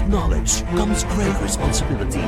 knowledge comes great responsibility.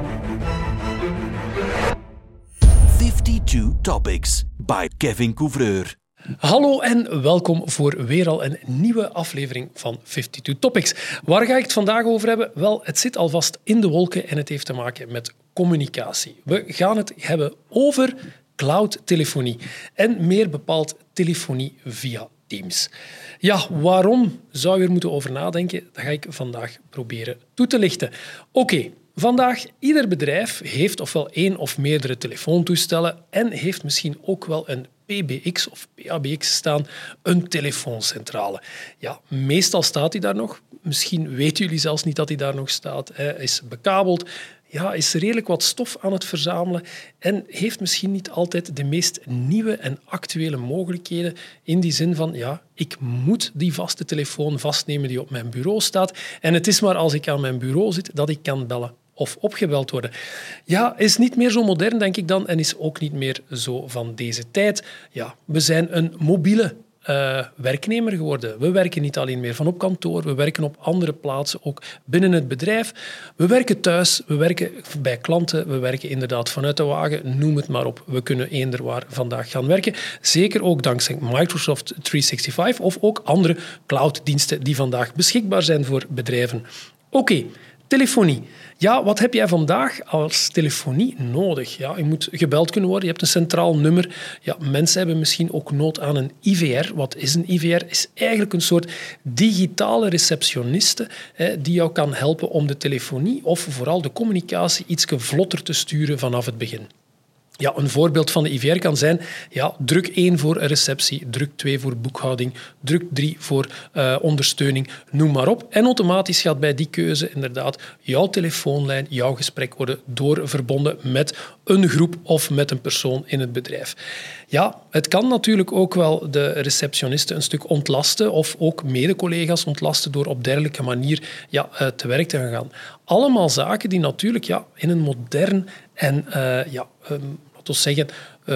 52 Topics by Kevin Couvreur. Hallo en welkom voor weer al een nieuwe aflevering van 52 Topics. Waar ga ik het vandaag over hebben? Wel, het zit alvast in de wolken en het heeft te maken met communicatie. We gaan het hebben over cloud-telefonie en meer bepaald telefonie via Teams. Ja, waarom zou je er moeten over nadenken? Dat ga ik vandaag proberen toe te lichten. Oké. Vandaag, ieder bedrijf heeft ofwel één of meerdere telefoontoestellen en heeft misschien ook wel een PBX of PABX staan, een telefooncentrale. Ja, meestal staat die daar nog. Misschien weten jullie zelfs niet dat die daar nog staat. Hij is bekabeld, ja, is redelijk wat stof aan het verzamelen en heeft misschien niet altijd de meest nieuwe en actuele mogelijkheden in die zin van, ja, ik moet die vaste telefoon vastnemen die op mijn bureau staat en het is maar als ik aan mijn bureau zit dat ik kan bellen of opgebeld worden. Ja, is niet meer zo modern, denk ik dan, en is ook niet meer zo van deze tijd. Ja, we zijn een mobiele werknemer geworden. We werken niet alleen meer van op kantoor, we werken op andere plaatsen, ook binnen het bedrijf. We werken thuis, we werken bij klanten, we werken inderdaad vanuit de wagen, noem het maar op. We kunnen eender waar vandaag gaan werken. Zeker ook dankzij Microsoft 365 of ook andere clouddiensten die vandaag beschikbaar zijn voor bedrijven. Oké. Telefonie. Ja, wat heb jij vandaag als telefonie nodig? Ja, je moet gebeld kunnen worden, je hebt een centraal nummer. Ja, mensen hebben misschien ook nood aan een IVR. Wat is een IVR? Is eigenlijk een soort digitale receptioniste die jou kan helpen om de telefonie of vooral de communicatie iets vlotter te sturen vanaf het begin. Ja, een voorbeeld van de IVR kan zijn, ja, druk 1 voor receptie, druk 2 voor boekhouding, druk 3 voor ondersteuning, noem maar op. En automatisch gaat bij die keuze inderdaad jouw telefoonlijn, jouw gesprek worden doorverbonden met een groep of met een persoon in het bedrijf. Ja, het kan natuurlijk ook wel de receptionisten een stuk ontlasten of ook mede-collega's ontlasten door op dergelijke manier te werk te gaan. Allemaal zaken die natuurlijk in een modern en laten we zeggen,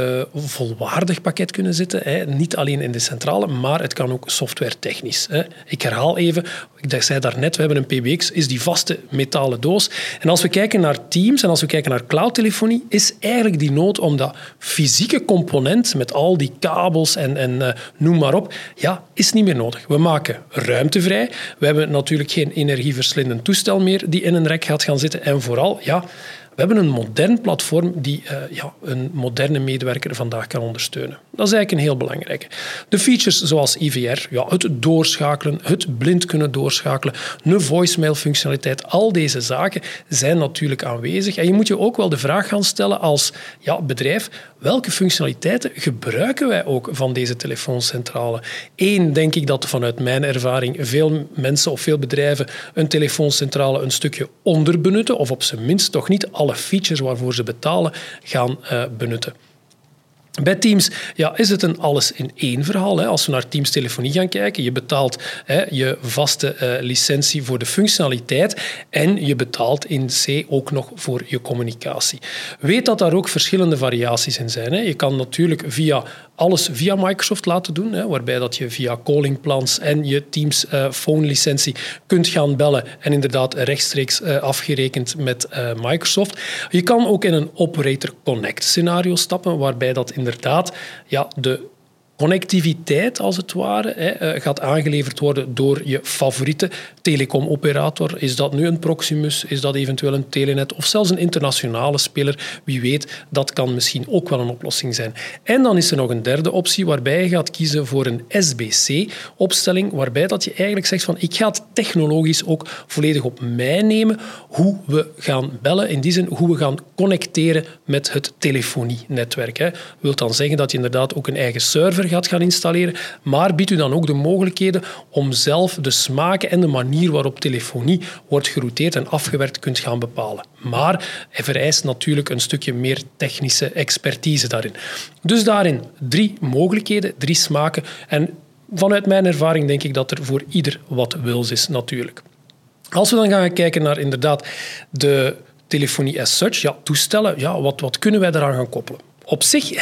volwaardig pakket kunnen zitten. Niet alleen in de centrale, maar het kan ook softwaretechnisch. Ik herhaal even, ik zei daarnet, we hebben een PBX, is die vaste metalen doos. En als we kijken naar Teams en als we kijken naar cloudtelefonie, is eigenlijk die nood om dat fysieke component met al die kabels en noem maar op, is niet meer nodig. We maken ruimte vrij. We hebben natuurlijk geen energieverslindend toestel meer die in een rek gaat gaan zitten. En vooral, we hebben een modern platform die een moderne medewerker vandaag kan ondersteunen. Dat is eigenlijk een heel belangrijke. De features zoals IVR, het doorschakelen, het blind kunnen doorschakelen, een voicemail-functionaliteit, al deze zaken zijn natuurlijk aanwezig. En je moet je ook wel de vraag gaan stellen als bedrijf, welke functionaliteiten gebruiken wij ook van deze telefooncentrale? Eén, denk ik dat vanuit mijn ervaring veel mensen of veel bedrijven een telefooncentrale een stukje onderbenutten of op zijn minst toch niet alle features waarvoor ze betalen gaan benutten. Bij Teams is het een alles-in-één verhaal. Als we naar Teams telefonie gaan kijken, je betaalt je vaste licentie voor de functionaliteit en je betaalt in C ook nog voor je communicatie. Weet dat daar ook verschillende variaties in zijn. Je kan natuurlijk alles via Microsoft laten doen, waarbij dat je via calling plans en je Teams phone-licentie kunt gaan bellen en inderdaad rechtstreeks afgerekend met Microsoft. Je kan ook in een Operator Connect scenario stappen, waarbij dat inderdaad de connectiviteit, als het ware, gaat aangeleverd worden door je favoriete telecomoperator. Is dat nu een Proximus? Is dat eventueel een Telenet? Of zelfs een internationale speler? Wie weet, dat kan misschien ook wel een oplossing zijn. En dan is er nog een derde optie, waarbij je gaat kiezen voor een SBC-opstelling, waarbij dat je eigenlijk zegt van, ik ga het technologisch ook volledig op mij nemen, hoe we gaan bellen, in die zin hoe we gaan connecteren met het telefonienetwerk. Dat wil dan zeggen dat je inderdaad ook een eigen server gaat gaan installeren, maar biedt u dan ook de mogelijkheden om zelf de smaken en de manier waarop telefonie wordt gerouteerd en afgewerkt kunt gaan bepalen. Maar hij vereist natuurlijk een stukje meer technische expertise daarin. Dus daarin 3 mogelijkheden, 3 smaken en vanuit mijn ervaring denk ik dat er voor ieder wat wils is natuurlijk. Als we dan gaan kijken naar inderdaad de telefonie as such, toestellen, wat kunnen wij daaraan gaan koppelen? Op zich heb je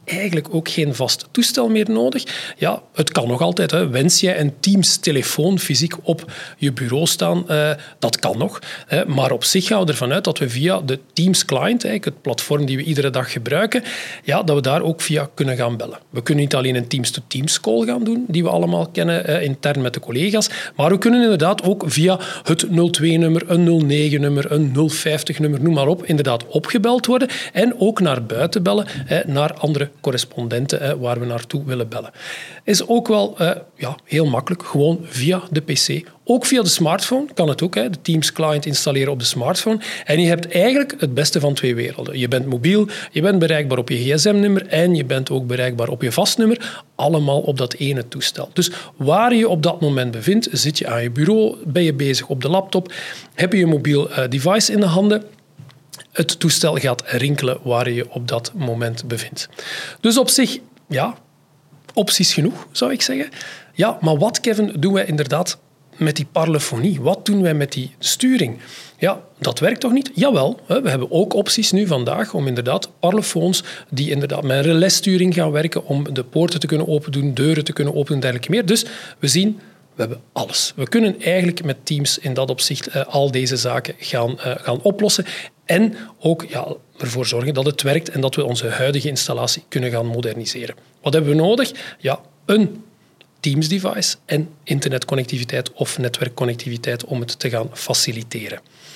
eigenlijk ook geen vast toestel meer nodig. Ja, het kan nog altijd. Hè. Wens jij een Teams-telefoon fysiek op je bureau staan? Dat kan nog. Maar op zich gaan we ervan uit dat we via de Teams-client, het platform die we iedere dag gebruiken, ja, dat we daar ook via kunnen gaan bellen. We kunnen niet alleen een Teams-to-Teams-call gaan doen, die we allemaal kennen intern met de collega's, maar we kunnen inderdaad ook via het 02-nummer, een 09-nummer, een 050-nummer, noem maar op, inderdaad opgebeld worden en ook naar buiten bellen, naar andere correspondenten waar we naartoe willen bellen. Is ook wel heel makkelijk, gewoon via de PC. Ook via de smartphone kan het ook, de Teams-client installeren op de smartphone. En je hebt eigenlijk het beste van twee werelden. Je bent mobiel, je bent bereikbaar op je gsm-nummer en je bent ook bereikbaar op je vastnummer. Allemaal op dat ene toestel. Dus waar je op dat moment bevindt, zit je aan je bureau, ben je bezig op de laptop, heb je je mobiel device in de handen. Het toestel gaat rinkelen waar je je op dat moment bevindt. Dus op zich, ja, opties genoeg, zou ik zeggen. Ja, maar wat, Kevin, doen wij inderdaad met die parlofonie? Wat doen wij met die sturing? Ja, dat werkt toch niet? Jawel, we hebben ook opties nu vandaag om inderdaad parlofoons die inderdaad met een relaissturing gaan werken om de poorten te kunnen opendoen, deuren te kunnen openen en dergelijke meer. Dus we zien, we hebben alles. We kunnen eigenlijk met Teams in dat opzicht al deze zaken gaan oplossen en ook ervoor zorgen dat het werkt en dat we onze huidige installatie kunnen gaan moderniseren. Wat hebben we nodig? Ja, een Teams-device en internetconnectiviteit of netwerkconnectiviteit om het te gaan faciliteren.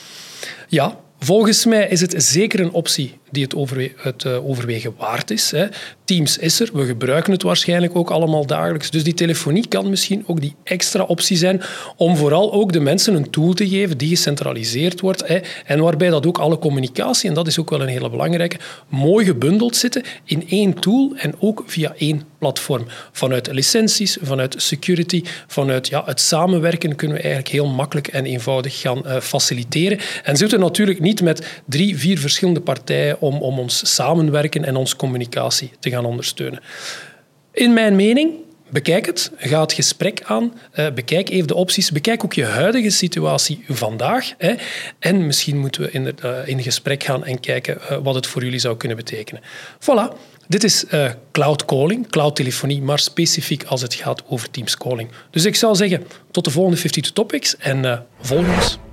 Ja, volgens mij is het zeker een optie die het overwegen waard is. Teams is er, we gebruiken het waarschijnlijk ook allemaal dagelijks. Dus die telefonie kan misschien ook die extra optie zijn om vooral ook de mensen een tool te geven die gecentraliseerd wordt en waarbij dat ook alle communicatie, en dat is ook wel een hele belangrijke, mooi gebundeld zitten in één tool en ook via één platform. Vanuit licenties, vanuit security, vanuit het samenwerken kunnen we eigenlijk heel makkelijk en eenvoudig gaan faciliteren. En zitten we natuurlijk niet met 3-4 verschillende partijen om ons samenwerken en onze communicatie te gaan ondersteunen. In mijn mening, bekijk het, ga het gesprek aan, bekijk even de opties, bekijk ook je huidige situatie vandaag en misschien moeten we in gesprek gaan en kijken wat het voor jullie zou kunnen betekenen. Voilà. Dit is cloud calling, cloud telefonie, maar specifiek als het gaat over Teams calling. Dus ik zou zeggen, tot de volgende 52 Topics en volg ons.